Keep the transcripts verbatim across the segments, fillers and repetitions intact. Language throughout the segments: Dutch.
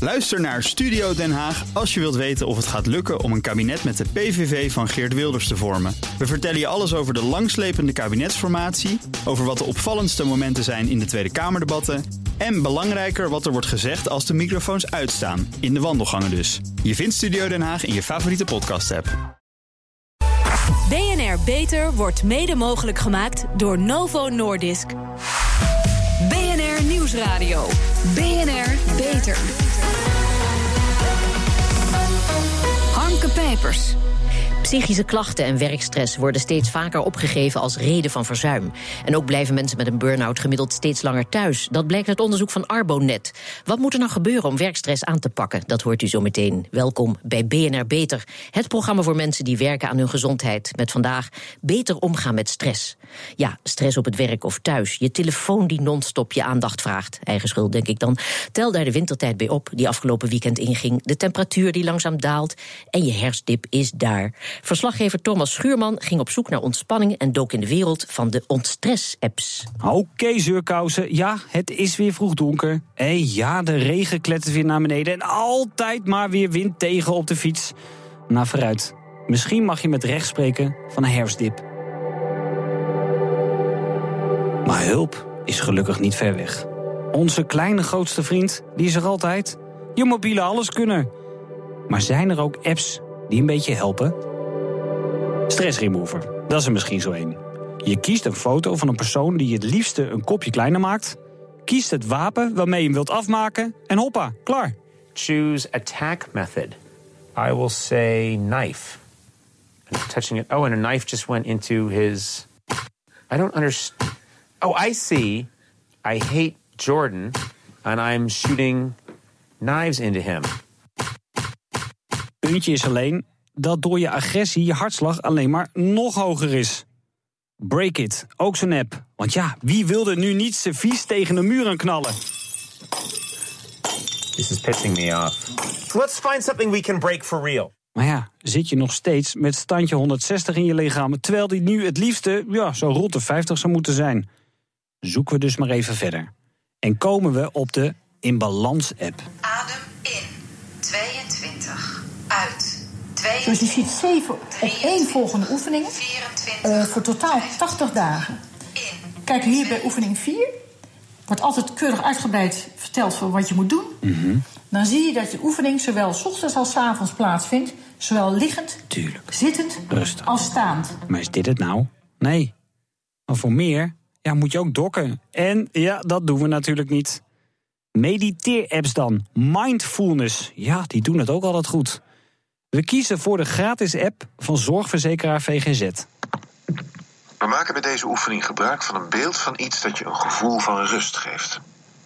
Luister naar Studio Den Haag als je wilt weten of het gaat lukken om een kabinet met de P V V van Geert Wilders te vormen. We vertellen je alles over de langslepende kabinetsformatie, over wat de opvallendste momenten zijn in de Tweede Kamerdebatten en belangrijker wat er wordt gezegd als de microfoons uitstaan, in de wandelgangen dus. Je vindt Studio Den Haag in je favoriete podcast-app. B N R Beter wordt mede mogelijk gemaakt door Novo Nordisk. B N R Nieuwsradio. B N R Beter. Hanke Pijpers. Psychische klachten en werkstress worden steeds vaker opgegeven als reden van verzuim. En ook blijven mensen met een burn-out gemiddeld steeds langer thuis. Dat blijkt uit onderzoek van Arbonet. Wat moet er nou gebeuren om werkstress aan te pakken? Dat hoort u zo meteen. Welkom bij B N R Beter. Het programma voor mensen die werken aan hun gezondheid. Met vandaag beter omgaan met stress. Ja, stress op het werk of thuis. Je telefoon die non-stop je aandacht vraagt. Eigen schuld, denk ik dan. Tel daar de wintertijd bij op die afgelopen weekend inging. De temperatuur die langzaam daalt. En je herfstdip is daar. Verslaggever Thomas Schuurman ging op zoek naar ontspanning en dook in de wereld van de ontstress-apps. Oké, okay, zeurkousen. Ja, het is weer vroeg donker. En ja, de regen klettert weer naar beneden. En altijd maar weer wind tegen op de fiets. Nou, vooruit. Misschien mag je met recht spreken van een herfstdip. Maar hulp is gelukkig niet ver weg. Onze kleine grootste vriend, die is er altijd. Je mobiele alleskunner. Maar zijn er ook apps die een beetje helpen? Stress Remover, dat is er misschien zo één. Je kiest een foto van een persoon die je het liefste een kopje kleiner maakt. Kiest het wapen waarmee je hem wilt afmaken. En hoppa, klaar. Choose attack method. I will say knife. And touching it. Oh, and a knife just went into his... I don't understand. Oh, I see. I hate Jordan. And I'm shooting knives into him. Puntje is alleen dat door je agressie je hartslag alleen maar nog hoger is. Break It, ook zo'n app. Want ja, wie wilde nu niet zijn vies tegen een muur aan knallen? This is pissing me off. Let's find something we can break for real. Maar ja, zit je nog steeds met standje honderdzestig in je lichaam, terwijl die nu het liefste ja, zo rond de vijftig zou moeten zijn. Zoeken we dus maar even verder. En komen we op de In Balans app. Adem in. tweeëntwintig. Uit. tweeëntwintig. Dus je ziet zeven opeenvolgende oefeningen uh, voor totaal tachtig dagen. Kijk hier bij oefening vier. Wordt altijd keurig uitgebreid verteld voor wat je moet doen. Mm-hmm. Dan zie je dat de oefening zowel 's ochtends als 's avonds plaatsvindt. Zowel liggend, Tuurlijk. zittend Rustig. als staand. Maar is dit het nou? Nee. Maar voor meer ja, moet je ook dokken. En ja, dat doen we natuurlijk niet. Mediteer-apps dan. Mindfulness. Ja, die doen het ook altijd goed. We kiezen voor de gratis app van zorgverzekeraar V G Z. We maken bij deze oefening gebruik van een beeld van iets dat je een gevoel van rust geeft.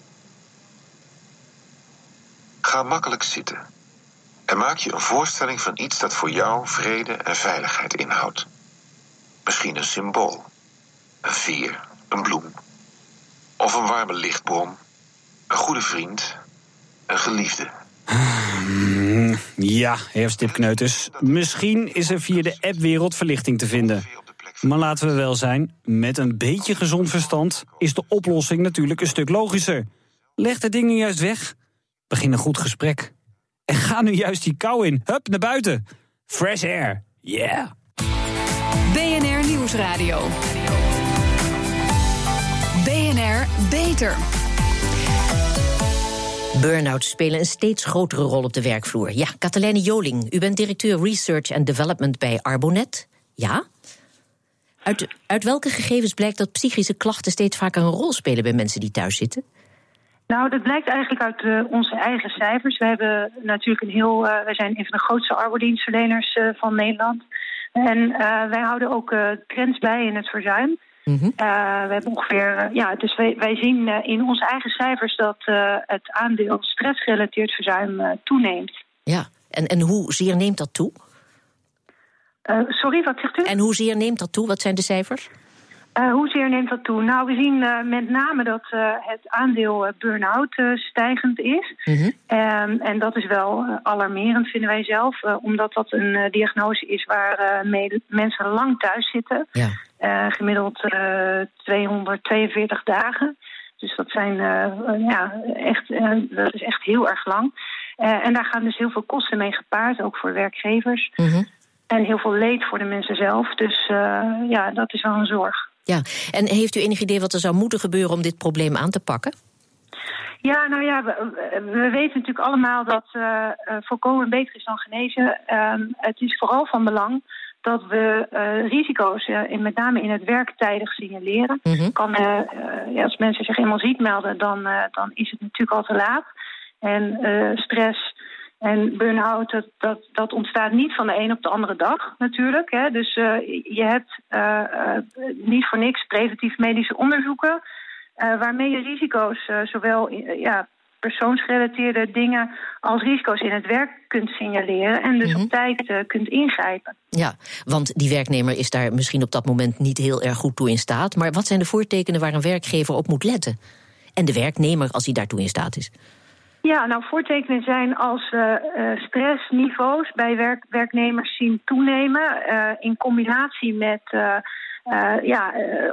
Ga makkelijk zitten. En maak je een voorstelling van iets dat voor jou vrede en veiligheid inhoudt. Misschien een symbool. Een veer, een bloem. Of een warme lichtbron. Een goede vriend. Een geliefde. Ja, herfstdipkneuters. Misschien is er via de appwereld verlichting te vinden. Maar laten we wel zijn, met een beetje gezond verstand is de oplossing natuurlijk een stuk logischer. Leg de dingen juist weg. Begin een goed gesprek. En ga nu juist die kou in. Hup, naar buiten. Fresh air. Yeah. B N R Nieuwsradio. B N R Beter. Burn-outs spelen een steeds grotere rol op de werkvloer. Ja, Katelijne Joling, u bent directeur Research and Development bij Arbonet. Ja? Uit, uit welke gegevens blijkt dat psychische klachten steeds vaker een rol spelen bij mensen die thuis zitten? Nou, dat blijkt eigenlijk uit uh, onze eigen cijfers. We hebben natuurlijk een heel, uh, wij zijn een van de grootste arbodienstverleners uh, van Nederland. En uh, wij houden ook uh, trends bij in het verzuim. Mm-hmm. Uh, we hebben ongeveer, uh, ja, dus wij, wij zien uh, in onze eigen cijfers dat uh, het aandeel stressgerelateerd verzuim uh, toeneemt. Ja, en, en hoezeer neemt dat toe? Uh, sorry, wat zegt u? En hoezeer neemt dat toe? Wat zijn de cijfers? Uh, hoezeer neemt dat toe? Nou, we zien uh, met name dat uh, het aandeel uh, burn-out uh, stijgend is. Mm-hmm. Um, en dat is wel uh, alarmerend, vinden wij zelf. Uh, omdat dat een uh, diagnose is waar uh, mee, mensen lang thuis zitten. Ja. Uh, gemiddeld uh, tweehonderdtweeënveertig dagen. Dus dat zijn uh, uh, ja, echt, uh, dat is echt heel erg lang. Uh, en daar gaan dus heel veel kosten mee gepaard, ook voor werkgevers. Mm-hmm. En heel veel leed voor de mensen zelf. Dus uh, ja, dat is wel een zorg. Ja, en heeft u enig idee wat er zou moeten gebeuren om dit probleem aan te pakken? Ja, nou ja, we, we weten natuurlijk allemaal dat uh, uh, voorkomen beter is dan genezen. Uh, het is vooral van belang dat we uh, risico's, uh, in, met name in het werk, tijdig signaleren. Mm-hmm. Kan, uh, uh, ja, als mensen zich eenmaal ziek melden, dan, uh, dan is het natuurlijk al te laat. En uh, stress en burn-out, dat, dat, dat ontstaat niet van de een op de andere dag natuurlijk. Hè. Dus uh, je hebt uh, uh, niet voor niks preventief medische onderzoeken, Uh, waarmee je risico's, uh, zowel uh, ja, persoonsgerelateerde dingen als risico's in het werk kunt signaleren en dus mm-hmm. op tijd uh, kunt ingrijpen. Ja, want die werknemer is daar misschien op dat moment niet heel erg goed toe in staat. Maar wat zijn de voortekenen waar een werkgever op moet letten? En de werknemer als hij daartoe in staat is? Ja, nou, voortekenen zijn als we uh, uh, stressniveaus bij werk, werknemers zien toenemen, uh, in combinatie met Uh, Uh, ja, uh,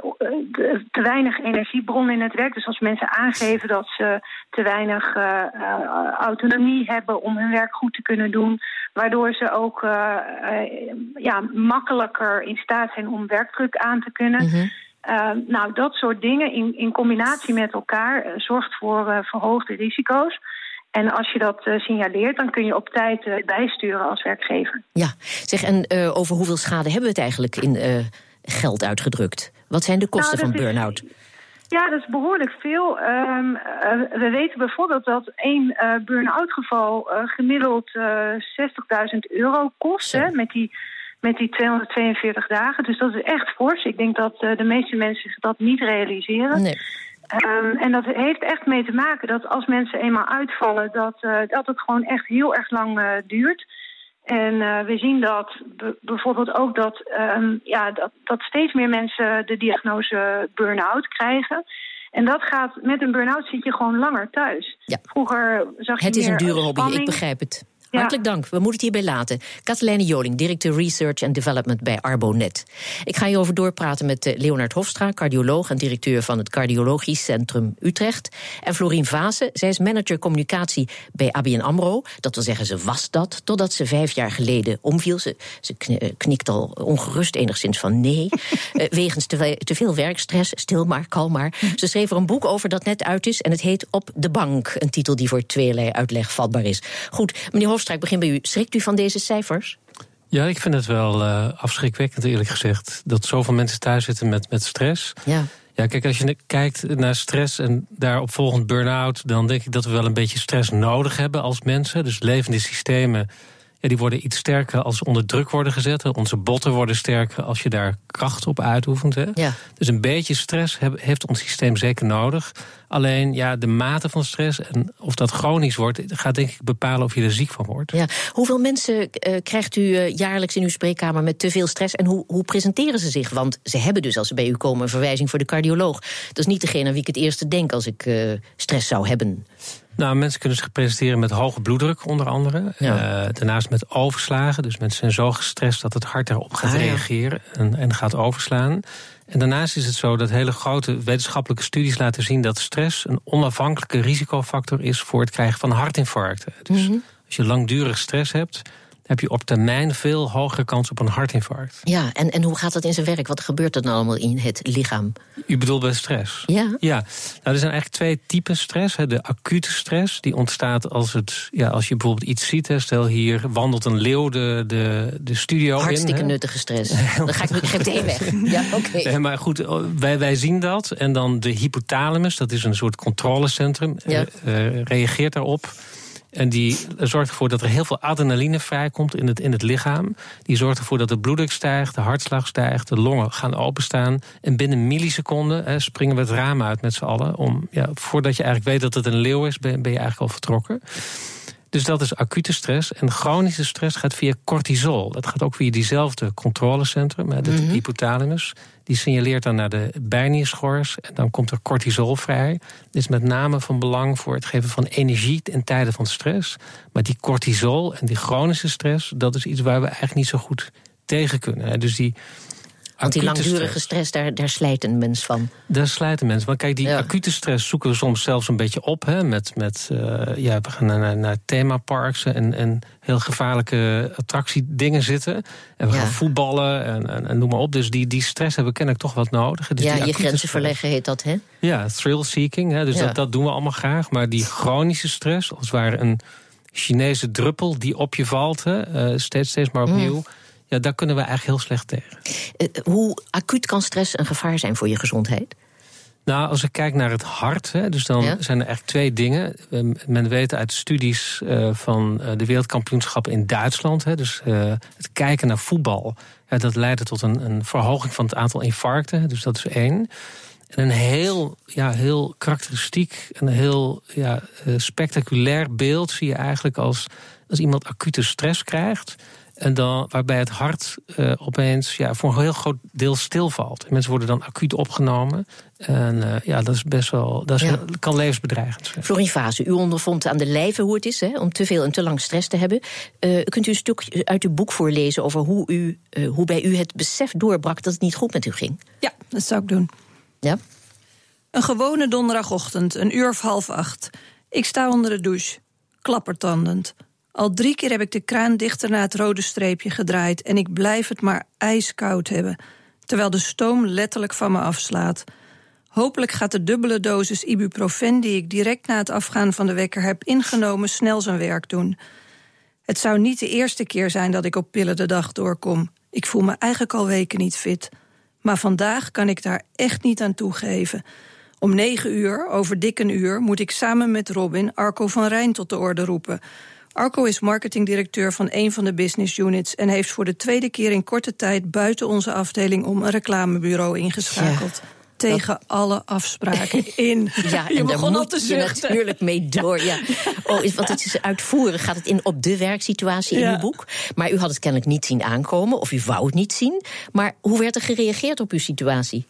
te weinig energiebron in het werk. Dus als mensen aangeven dat ze te weinig uh, uh, autonomie hebben om hun werk goed te kunnen doen, waardoor ze ook uh, uh, ja, makkelijker in staat zijn om werkdruk aan te kunnen. Mm-hmm. Uh, nou, dat soort dingen in, in combinatie met elkaar uh, zorgt voor uh, verhoogde risico's. En als je dat uh, signaleert, dan kun je op tijd uh, bijsturen als werkgever. Ja, zeg, en uh, over hoeveel schade hebben we het eigenlijk in Uh... geld uitgedrukt? Wat zijn de kosten nou, van burn-out? Is, ja, dat is behoorlijk veel. Um, uh, we weten bijvoorbeeld dat één uh, burn-out geval uh, gemiddeld uh, zestigduizend euro kost, hè, met die, met die tweehonderdtweeënveertig dagen. Dus dat is echt fors. Ik denk dat uh, de meeste mensen zich dat niet realiseren. Nee. Um, en dat heeft echt mee te maken dat als mensen eenmaal uitvallen, dat, uh, dat het gewoon echt heel erg lang uh, duurt. En uh, we zien dat b- bijvoorbeeld ook dat, um, ja, dat, dat steeds meer mensen de diagnose burn-out krijgen. En dat gaat, met een burn-out zit je gewoon langer thuis. Ja. Vroeger zag je Het is meer een dure hobby, spanning. Ik begrijp het. Ja. Hartelijk dank, we moeten het hierbij laten. Katelijne Joling, directeur Research and Development bij Arbonet. Ik ga hierover doorpraten met Leonard Hofstra, cardioloog en directeur van het Cardiologisch Centrum Utrecht. En Florien Vaassen, zij is manager communicatie bij A B N AMRO. Dat wil zeggen, ze was dat, totdat ze vijf jaar geleden omviel. Ze, ze knikt al ongerust enigszins van nee. uh, wegens te, te veel werkstress, stil maar, kalm maar. Ze schreef er een boek over dat net uit is en het heet Op de Bank. Een titel die voor tweeërlei uitleg vatbaar is. Goed, meneer Hofstra, ik begin bij u. Schrikt u van deze cijfers? Ja, ik vind het wel uh, afschrikwekkend, eerlijk gezegd, dat zoveel mensen thuis zitten met, met stress. Ja. Ja, kijk, als je kijkt naar stress en daarop volgend burn-out, dan denk ik dat we wel een beetje stress nodig hebben als mensen. Dus levende systemen, ja, die worden iets sterker als ze onder druk worden gezet. Onze botten worden sterker als je daar kracht op uitoefent. Hè. Ja. Dus een beetje stress heb, heeft ons systeem zeker nodig. Alleen, ja, de mate van stress en of dat chronisch wordt, gaat denk ik bepalen of je er ziek van wordt. Ja. Hoeveel mensen uh, krijgt u uh, jaarlijks in uw spreekkamer met te veel stress en hoe, hoe presenteren ze zich? Want ze hebben dus, als ze bij u komen, een verwijzing voor de cardioloog. Dat is niet degene aan wie ik het eerste denk als ik uh, stress zou hebben. Nou, mensen kunnen zich presenteren met hoge bloeddruk, onder andere. Ja. Uh, daarnaast met overslagen. Dus mensen zijn zo gestrest dat het hart daarop gaat ah, reageren ja. en, en gaat overslaan. En daarnaast is het zo dat hele grote wetenschappelijke studies laten zien dat stress een onafhankelijke risicofactor is voor het krijgen van hartinfarcten. Dus mm-hmm. als je langdurig stress hebt, heb je op termijn veel hogere kans op een hartinfarct. Ja, en, en hoe gaat dat in zijn werk? Wat gebeurt er nou allemaal in het lichaam? U bedoelt bij stress? Ja. Ja, nou, er zijn eigenlijk twee typen stress. Hè. De acute stress, die ontstaat als, het, ja, als je bijvoorbeeld iets ziet. Hè. Stel, hier wandelt een leeuw de, de, de studio Hartstikke in. Hartstikke nuttige stress. Dan ga ik, ik meteen weg. Ja, oké. Okay. Nee, maar goed, wij, wij zien dat. En dan de hypothalamus, dat is een soort controlecentrum, ja. uh, reageert daarop. En die zorgt ervoor dat er heel veel adrenaline vrijkomt in het, in het lichaam. Die zorgt ervoor dat de bloeddruk stijgt, de hartslag stijgt, de longen gaan openstaan. En binnen milliseconden hè, springen we het raam uit met z'n allen. Om, ja, voordat je eigenlijk weet dat het een leeuw is, ben, ben je eigenlijk al vertrokken. Dus dat is acute stress. En chronische stress gaat via cortisol. Dat gaat ook via diezelfde controlecentrum, hè, de mm-hmm. hypothalamus. Die signaleert dan naar de bijnierschors en dan komt er cortisol vrij. Dit is met name van belang voor het geven van energie in tijden van stress. Maar die cortisol en die chronische stress, dat is iets waar we eigenlijk niet zo goed tegen kunnen. Dus die Want die Acute langdurige stress. stress, daar, daar slijt een mens van. Daar slijten mensen. Maar kijk, die Ja. acute stress zoeken we soms zelfs een beetje op. Hè, met, met, uh, ja, we gaan naar, naar themaparks en, en heel gevaarlijke attractiedingen zitten. En we Ja. gaan voetballen en, en, en noem maar op. Dus die, die stress hebben we kennelijk toch wat nodig. Dus ja, die je acute grenzen stress. verleggen heet dat, hè? Ja, thrill-seeking. Hè, dus Ja. dat, dat doen we allemaal graag. Maar die chronische stress, als het ware een Chinese druppel die op je valt, hè, uh, steeds, steeds maar opnieuw. Mm. Ja, daar kunnen we eigenlijk heel slecht tegen. Uh, hoe acuut kan stress een gevaar zijn voor je gezondheid? Nou, als ik kijk naar het hart, hè, dus dan Ja? zijn er echt twee dingen. Uh, men weet uit studies uh, van uh, de wereldkampioenschappen in Duitsland, hè, dus uh, het kijken naar voetbal, ja, dat leidde tot een, een verhoging van het aantal infarcten. Dus dat is één. En een heel, ja, heel karakteristiek, een heel ja, uh, spectaculair beeld zie je eigenlijk als, als iemand acute stress krijgt. En dan, waarbij het hart uh, opeens ja, voor een heel groot deel stilvalt. En mensen worden dan acuut opgenomen. En uh, ja, dat is best wel. Dat is, Ja. kan levensbedreigend zijn. Florien Vase, u ondervond aan de lijve hoe het is hè, om te veel en te lang stress te hebben. Uh, kunt u een stuk uit uw boek voorlezen over hoe, u, uh, hoe bij u het besef doorbrak dat het niet goed met u ging? Ja, dat zou ik doen. Ja? Een gewone donderdagochtend, een uur of half acht. Ik sta onder de douche, klappertandend. Al drie keer heb ik de kraan dichter naar het rode streepje gedraaid en ik blijf het maar ijskoud hebben, terwijl de stoom letterlijk van me afslaat. Hopelijk gaat de dubbele dosis ibuprofen die ik direct na het afgaan van de wekker heb ingenomen snel zijn werk doen. Het zou niet de eerste keer zijn dat ik op pillen de dag doorkom. Ik voel me eigenlijk al weken niet fit. Maar vandaag kan ik daar echt niet aan toegeven. Om negen uur, over dik een uur, moet ik samen met Robin Arco van Rijn tot de orde roepen. Arco is marketingdirecteur van een van de business units en heeft voor de tweede keer in korte tijd buiten onze afdeling om een reclamebureau ingeschakeld. Ja. Tegen dat... alle afspraken in. Ja, je en begon daar al te moet je natuurlijk mee door. Ja. Oh, want het is uitvoerig, gaat het in op de werksituatie ja. in uw boek. Maar u had het kennelijk niet zien aankomen, of u wou het niet zien. Maar hoe werd er gereageerd op uw situatie?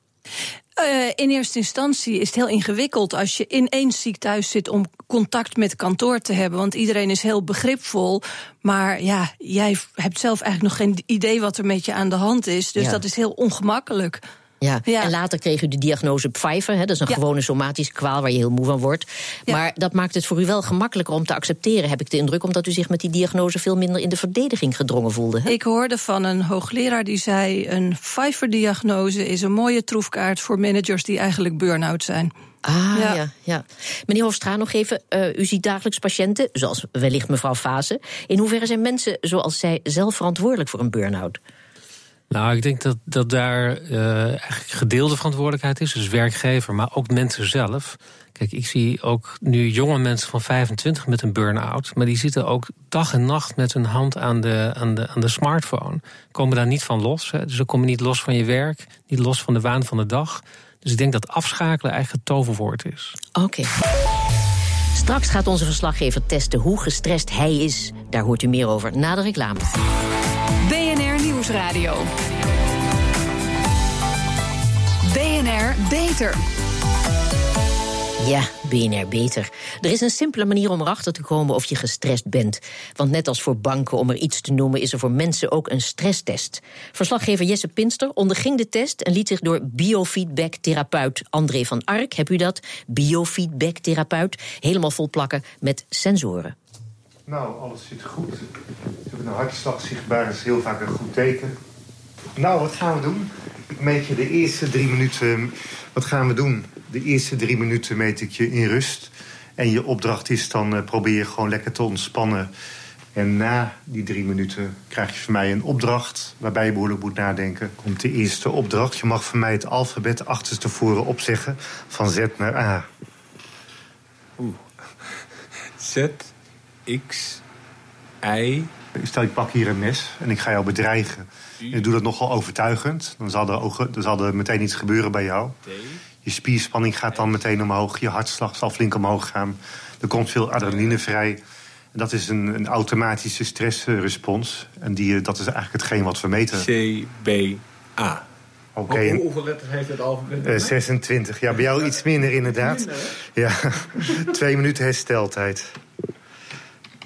Uh, in eerste instantie is het heel ingewikkeld als je ineens ziek thuis zit om contact met kantoor te hebben. Want iedereen is heel begripvol. Maar ja, jij hebt zelf eigenlijk nog geen idee wat er met je aan de hand is. Dus ja. dat is heel ongemakkelijk. Ja. ja, en later kreeg u de diagnose Pfeiffer. Hè, dat is een ja. gewone somatische kwaal waar je heel moe van wordt. Ja. Maar dat maakt het voor u wel gemakkelijker om te accepteren, heb ik de indruk, omdat u zich met die diagnose veel minder in de verdediging gedrongen voelde. Hè? Ik hoorde van een hoogleraar die zei, een Pfeiffer-diagnose is een mooie troefkaart voor managers die eigenlijk burn-out zijn. Ah, ja. ja, ja. Meneer Hofstra, nog even. Uh, u ziet dagelijks patiënten, zoals wellicht mevrouw Vase. In hoeverre zijn mensen zoals zij zelf verantwoordelijk voor een burn-out? Nou, ik denk dat, dat daar uh, eigenlijk gedeelde verantwoordelijkheid is. Dus werkgever, maar ook mensen zelf. Kijk, ik zie ook nu jonge mensen van vijfentwintig met een burn-out. Maar die zitten ook dag en nacht met hun hand aan de, aan de, aan de smartphone. Komen daar niet van los. Hè. Dus dan kom je niet los van je werk, niet los van de waan van de dag. Dus ik denk dat afschakelen eigenlijk het toverwoord is. Oké. Okay. Straks gaat onze verslaggever testen hoe gestrest hij is. Daar hoort u meer over na de reclame. B N R Nieuwsradio. B N R Beter. Ja, B N R Beter. Er is een simpele manier om erachter te komen of je gestrest bent. Want net als voor banken, om er iets te noemen, is er voor mensen ook een stresstest. Verslaggever Jesse Pinster onderging de test en liet zich door biofeedback-therapeut André van Ark, heb u dat? Biofeedback-therapeut, helemaal vol plakken met sensoren. Nou, alles zit goed. Een hartslag zichtbaar is heel vaak een goed teken. Nou, wat gaan we doen? Ik meet je de eerste drie minuten. Wat gaan we doen? De eerste drie minuten meet ik je in rust. En je opdracht is dan uh, probeer je gewoon lekker te ontspannen. En na die drie minuten krijg je van mij een opdracht waarbij je behoorlijk moet nadenken. Komt de eerste opdracht. Je mag van mij het alfabet achterstevoren opzeggen van Z naar A. Oeh. Z, X, Y. Stel, ik pak hier een mes en ik ga jou bedreigen. En ik doe dat nogal overtuigend. Dan zal er, ogen, dan zal er meteen iets gebeuren bij jou. Je spierspanning gaat dan meteen omhoog. Je hartslag zal flink omhoog gaan. Er komt veel adrenaline vrij. En dat is een, een automatische stressrespons. En die, dat is eigenlijk hetgeen wat we meten. C, B, A. Oké. Okay. Hoe, hoeveel letters heeft het alfabet? Uh, zesentwintig. Ja, bij jou iets minder inderdaad. Minder, ja, twee minuten hersteltijd.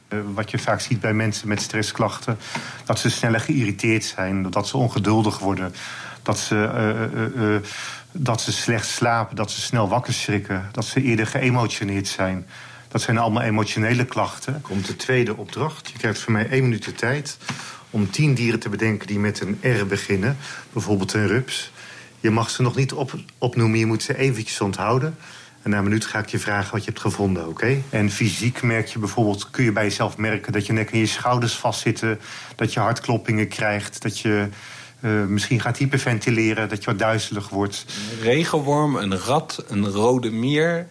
Uh, wat je vaak ziet bij mensen met stressklachten, dat ze sneller geïrriteerd zijn, dat ze ongeduldig worden, dat ze, uh, uh, uh, dat ze slecht slapen, dat ze snel wakker schrikken, dat ze eerder geëmotioneerd zijn. Dat zijn allemaal emotionele klachten. Komt de tweede opdracht. Je krijgt van mij één minuut de tijd om tien dieren te bedenken die met een R beginnen. Bijvoorbeeld een rups. Je mag ze nog niet op, opnoemen, je moet ze eventjes onthouden. En na een minuut ga ik je vragen wat je hebt gevonden, oké? Okay? En fysiek merk je bijvoorbeeld, kun je bij jezelf merken dat je nek en je schouders vastzitten, dat je hartkloppingen krijgt, dat je uh, misschien gaat hyperventileren, dat je wat duizelig wordt. Een regenworm, een rat, een rode mier.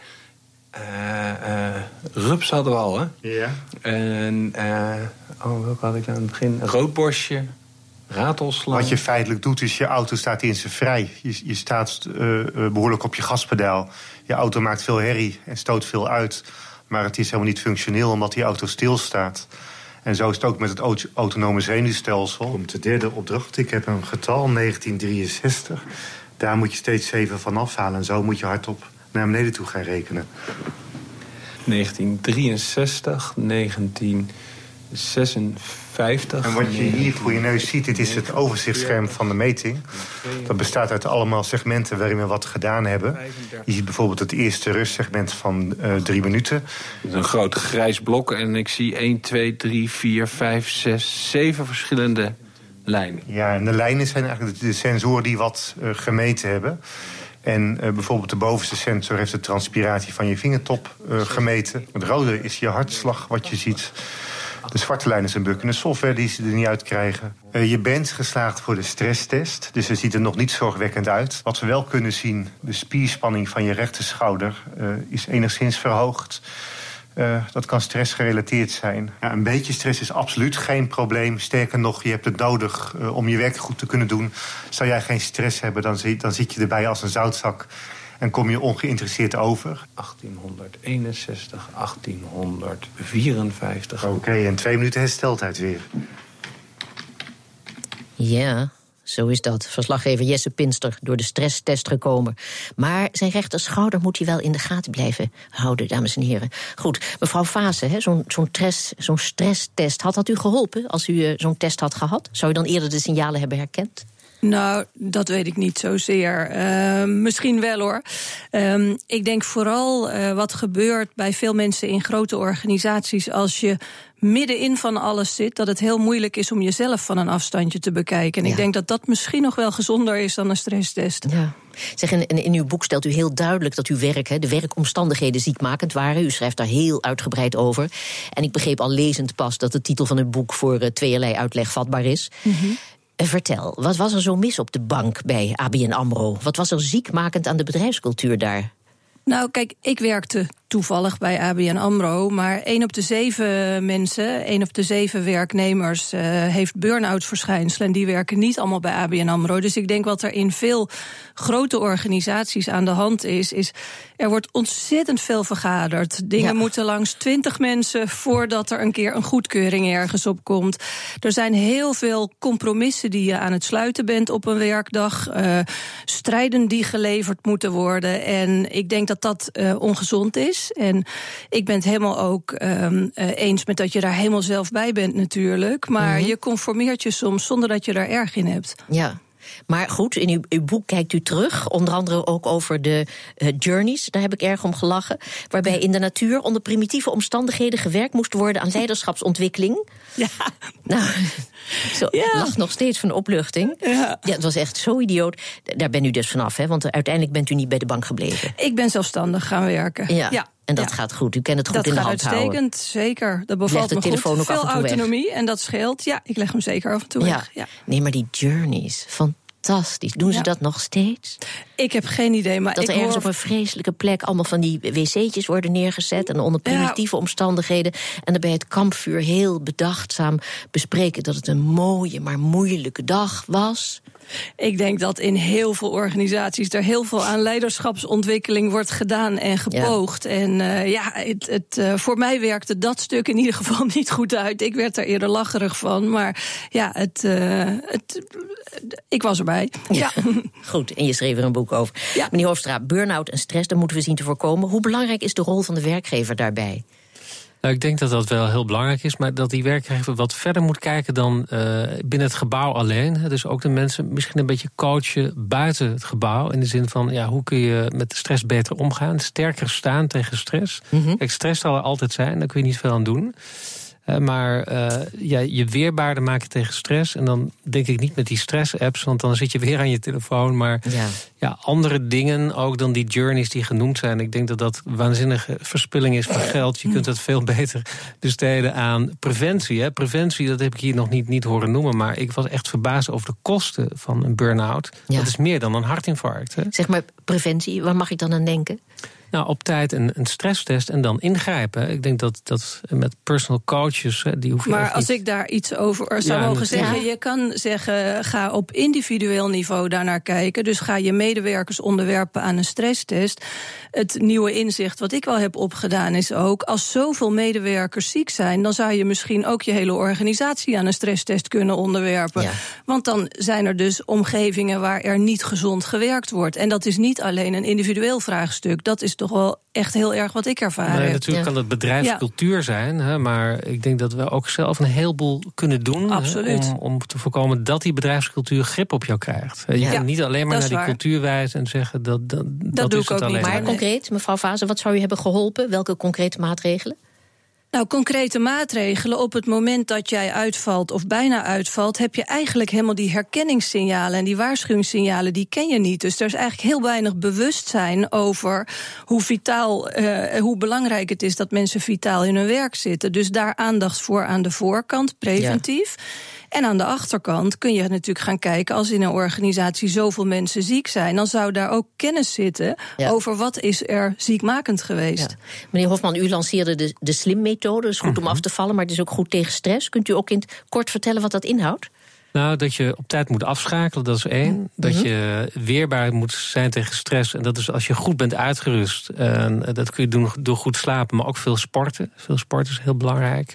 Uh, uh, rups hadden we al, hè? Ja. En, uh, oh, welke had ik nou aan het begin? Een roodborstje, ratelslang. Wat je feitelijk doet, is je auto staat in zijn vrij. Je, je staat uh, behoorlijk op je gaspedaal. Je auto maakt veel herrie en stoot veel uit. Maar het is helemaal niet functioneel omdat die auto stilstaat. En zo is het ook met het auto- autonome zenuwstelsel. Komt de derde opdracht. Ik heb een getal, negentien drieënzestig. Daar moet je steeds zeven van afhalen. En zo moet je hardop naar beneden toe gaan rekenen. negentien drieënzestig, negentien zesenvijftig. En wat je hier voor je neus ziet, dit is het overzichtsscherm van de meting. Dat bestaat uit allemaal segmenten waarin we wat gedaan hebben. Je ziet bijvoorbeeld het eerste rustsegment van uh, drie minuten. Het is een groot grijs blok en ik zie één, twee, drie, vier, vijf, zes, zeven verschillende lijnen. Ja, en de lijnen zijn eigenlijk de sensoren die wat uh, gemeten hebben. En uh, bijvoorbeeld de bovenste sensor heeft de transpiratie van je vingertop uh, gemeten. Het rode is je hartslag, wat je ziet. De zwarte lijn is een bukkende software die ze er niet uit krijgen. Uh, je bent geslaagd voor de stresstest, dus het ziet er nog niet zorgwekkend uit. Wat we wel kunnen zien, de spierspanning van je rechterschouder uh, is enigszins verhoogd. Uh, dat kan stressgerelateerd zijn. Ja, een beetje stress is absoluut geen probleem. Sterker nog, je hebt het nodig uh, om je werk goed te kunnen doen. Zou jij geen stress hebben, dan, zi- dan zit je erbij als een zoutzak en kom je ongeïnteresseerd over. achttienhonderdeenenzestig, achttienhonderdvierenvijftig. Oké, okay, en twee minuten hersteltijd weer. Ja, zo is dat. Verslaggever Jesse Pinster door de stresstest gekomen. Maar zijn rechter schouder moet hij wel in de gaten blijven houden, dames en heren. Goed, mevrouw Vaassen, hè, zo'n, zo'n, stress, zo'n stresstest, had dat u geholpen als u uh, zo'n test had gehad? Zou u dan eerder de signalen hebben herkend? Nou, dat weet ik niet zozeer. Uh, misschien wel hoor. Um, ik denk vooral uh, wat gebeurt bij veel mensen in grote organisaties als je middenin van alles zit, dat het heel moeilijk is om jezelf van een afstandje te bekijken. En ja. ik denk dat dat misschien nog wel gezonder is dan een stresstest. Ja. Zeg, in, in uw boek stelt u heel duidelijk dat uw werk, hè, de werkomstandigheden ziekmakend waren. U schrijft daar heel uitgebreid over. En ik begreep al lezend pas dat de titel van het boek voor uh, tweeërlei uitleg vatbaar is. Mm-hmm. Vertel, wat was er zo mis op de bank bij A B N AMRO? Wat was er ziekmakend aan de bedrijfscultuur daar? Nou, kijk, ik werkte toevallig bij A B N AMRO, maar één op de zeven mensen, één op de zeven werknemers uh, heeft burn-out verschijnselen. En die werken niet allemaal bij A B N AMRO. Dus ik denk wat er in veel grote organisaties aan de hand is, is er wordt ontzettend veel vergaderd. Dingen ja. moeten langs twintig mensen voordat er een keer een goedkeuring ergens op komt. Er zijn heel veel compromissen die je aan het sluiten bent op een werkdag. Uh, strijden die geleverd moeten worden. En ik denk dat dat uh, ongezond is. En ik ben het helemaal ook um, uh, eens met dat je daar helemaal zelf bij bent natuurlijk. Maar mm-hmm. je conformeert je soms zonder dat je daar erg in hebt. Ja. Maar goed, in uw, uw boek kijkt u terug, onder andere ook over de uh, journeys, daar heb ik erg om gelachen, waarbij in de natuur onder primitieve omstandigheden gewerkt moest worden aan leiderschapsontwikkeling. Ja. Nou, zo ja. lacht nog steeds van opluchting. Ja. ja, het was echt zo idioot. Daar ben u dus vanaf, hè, want uiteindelijk bent u niet bij de bank gebleven. Ik ben zelfstandig gaan werken. Ja. ja. En dat ja. gaat goed, u kent het goed dat in de hand houden. Dat gaat uitstekend, zeker. Dat bevalt me goed. Veel autonomie weg. En dat scheelt. Ja, ik leg hem zeker af en toe ja. weg. Ja. Nee, maar die journeys, fantastisch. Doen ze ja. dat nog steeds? Ik heb geen idee, maar dat ik er ergens hoor... op een vreselijke plek allemaal van die wc'tjes worden neergezet en onder primitieve ja. omstandigheden. En dan bij het kampvuur heel bedachtzaam bespreken dat het een mooie, maar moeilijke dag was. Ik denk dat in heel veel organisaties er heel veel aan leiderschapsontwikkeling wordt gedaan en gepoogd. Ja. En uh, ja, het, het, uh, voor mij werkte dat stuk in ieder geval niet goed uit. Ik werd er eerder lacherig van, maar ja, het, uh, het, ik was erbij. Ja. Ja. Goed, en je schreef er een boek over. Ja. Meneer Hofstra, burn-out en stress, daar moeten we zien te voorkomen. Hoe belangrijk is de rol van de werkgever daarbij? Nou, ik denk dat dat wel heel belangrijk is, maar dat die werkgever wat verder moet kijken dan uh, binnen het gebouw alleen. Dus ook de mensen misschien een beetje coachen buiten het gebouw. In de zin van, ja, hoe kun je met de stress beter omgaan? Sterker staan tegen stress. Mm-hmm. Kijk, stress zal er altijd zijn, daar kun je niet veel aan doen. Uh, maar uh, ja, je weerbaarder maken tegen stress. En dan denk ik niet met die stress-apps, want dan zit je weer aan je telefoon. Maar ja. Ja, andere dingen ook dan die journeys die genoemd zijn. Ik denk dat dat waanzinnige verspilling is van geld. Je kunt dat veel beter besteden aan preventie. Hè. Preventie, dat heb ik hier nog niet, niet horen noemen. Maar ik was echt verbaasd over de kosten van een burn-out. Ja. Dat is meer dan een hartinfarct. Hè. Zeg maar, preventie, waar mag ik dan aan denken? Nou, op tijd een, een stresstest en dan ingrijpen. Ik denk dat, dat met personal coaches, die hoef je Maar echt als niet... ik daar iets over zou ja, mogen dat... zeggen... Ja. je kan zeggen, ga op individueel niveau daarnaar kijken. Dus ga je medewerkers onderwerpen aan een stresstest. Het nieuwe inzicht wat ik wel heb opgedaan is ook... als zoveel medewerkers ziek zijn... dan zou je misschien ook je hele organisatie aan een stresstest kunnen onderwerpen. Ja. Want dan zijn er dus omgevingen waar er niet gezond gewerkt wordt. En dat is niet alleen een individueel vraagstuk. Dat is toch wel echt heel erg wat ik ervaar nee, heb. Natuurlijk ja. kan dat bedrijfscultuur ja. zijn, hè, maar ik denk dat we ook zelf een heleboel kunnen doen... Hè, om, om te voorkomen dat die bedrijfscultuur grip op jou krijgt. Je ja. kunt niet alleen maar naar die waar. cultuur wijzen en zeggen dat dat, dat, dat doe is ik ook het alleen. Niet. Maar concreet, mevrouw Vaassen, wat zou u hebben geholpen? Welke concrete maatregelen? Nou, concrete maatregelen. Op het moment dat jij uitvalt of bijna uitvalt... heb je eigenlijk helemaal die herkenningssignalen... en die waarschuwingssignalen, die ken je niet. Dus er is eigenlijk heel weinig bewustzijn over... hoe vitaal, uh, hoe belangrijk het is dat mensen vitaal in hun werk zitten. Dus daar aandacht voor aan de voorkant, preventief... Ja. En aan de achterkant kun je natuurlijk gaan kijken... als in een organisatie zoveel mensen ziek zijn... dan zou daar ook kennis zitten ja. over wat is er ziekmakend geweest. Ja. Meneer Hofman, u lanceerde de, de slim-methode. Dat is goed mm-hmm. om af te vallen, maar het is ook goed tegen stress. Kunt u ook in het kort vertellen wat dat inhoudt? Nou, dat je op tijd moet afschakelen, dat is één. Mm-hmm. Dat je weerbaar moet zijn tegen stress. En dat is als je goed bent uitgerust. En dat kun je doen door goed slapen, maar ook veel sporten. Veel sporten is heel belangrijk.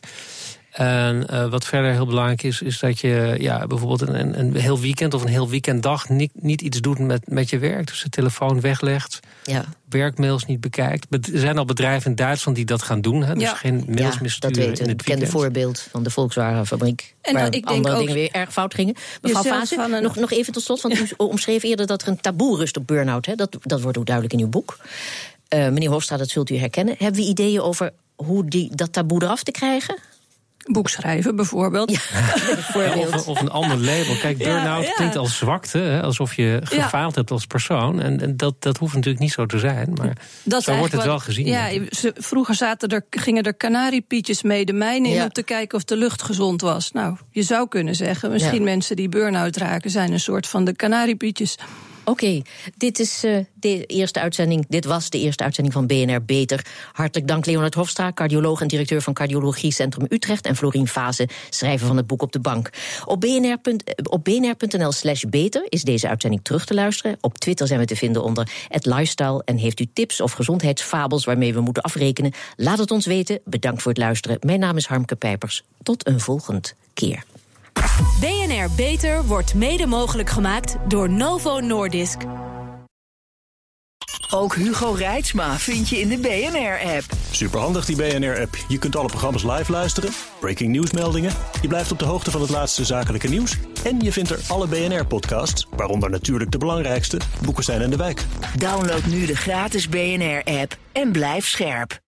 En uh, wat verder heel belangrijk is, is dat je ja, bijvoorbeeld een, een heel weekend of een heel weekenddag niet, niet iets doet met, met je werk. Dus de telefoon weglegt, ja. werkmails niet bekijkt. Er zijn al bedrijven in Duitsland die dat gaan doen. Hè? Dus ja. geen mails ja, meer sturen dat weet in het bekende weekend. voorbeeld van de Volkswagenfabriek. En waar ik andere denk dingen weer erg fout gingen. Mevrouw Vaassen, een... nog, nog even tot slot, want u omschreef eerder dat er een taboe rust op burn-out. Hè? Dat, dat wordt ook duidelijk in uw boek. Uh, meneer Hofstra, dat zult u herkennen. Hebben we ideeën over hoe die, dat taboe eraf te krijgen? Boek schrijven, bijvoorbeeld. Ja, bijvoorbeeld. Of, of een ander label. Kijk, burn-out ja, ja. klinkt als zwakte, hè, alsof je gefaald ja. hebt als persoon. En, en dat, dat hoeft natuurlijk niet zo te zijn, maar dat zo wordt het wel gezien. Ja, ze, vroeger zaten er, gingen er kanariepietjes mee de mijn in ja. om te kijken of de lucht gezond was. Nou, je zou kunnen zeggen, misschien ja. mensen die burn-out raken zijn een soort van de kanariepietjes. Oké, okay, dit is uh, de eerste uitzending. Dit was de eerste uitzending van B N R Beter. Hartelijk dank Leonard Hofstra, cardioloog en directeur van Cardiologiecentrum Utrecht, en Florien Vaassen, schrijver van het boek Op de Bank. Op bnr.nl slash beter is deze uitzending terug te luisteren. Op Twitter zijn we te vinden onder het lifestyle. En heeft u tips of gezondheidsfabels waarmee we moeten afrekenen? Laat het ons weten. Bedankt voor het luisteren. Mijn naam is Harmke Pijpers. Tot een volgend keer. B N R Beter wordt mede mogelijk gemaakt door Novo Nordisk. Ook Hugo Reitsma vind je in de B N R-app. Superhandig die B N R-app. Je kunt alle programma's live luisteren, breaking nieuwsmeldingen. Je blijft op de hoogte van het laatste zakelijke nieuws. En je vindt er alle B N R-podcasts, waaronder natuurlijk de belangrijkste, Boekestein en de Wijk. Download nu de gratis B N R-app en blijf scherp.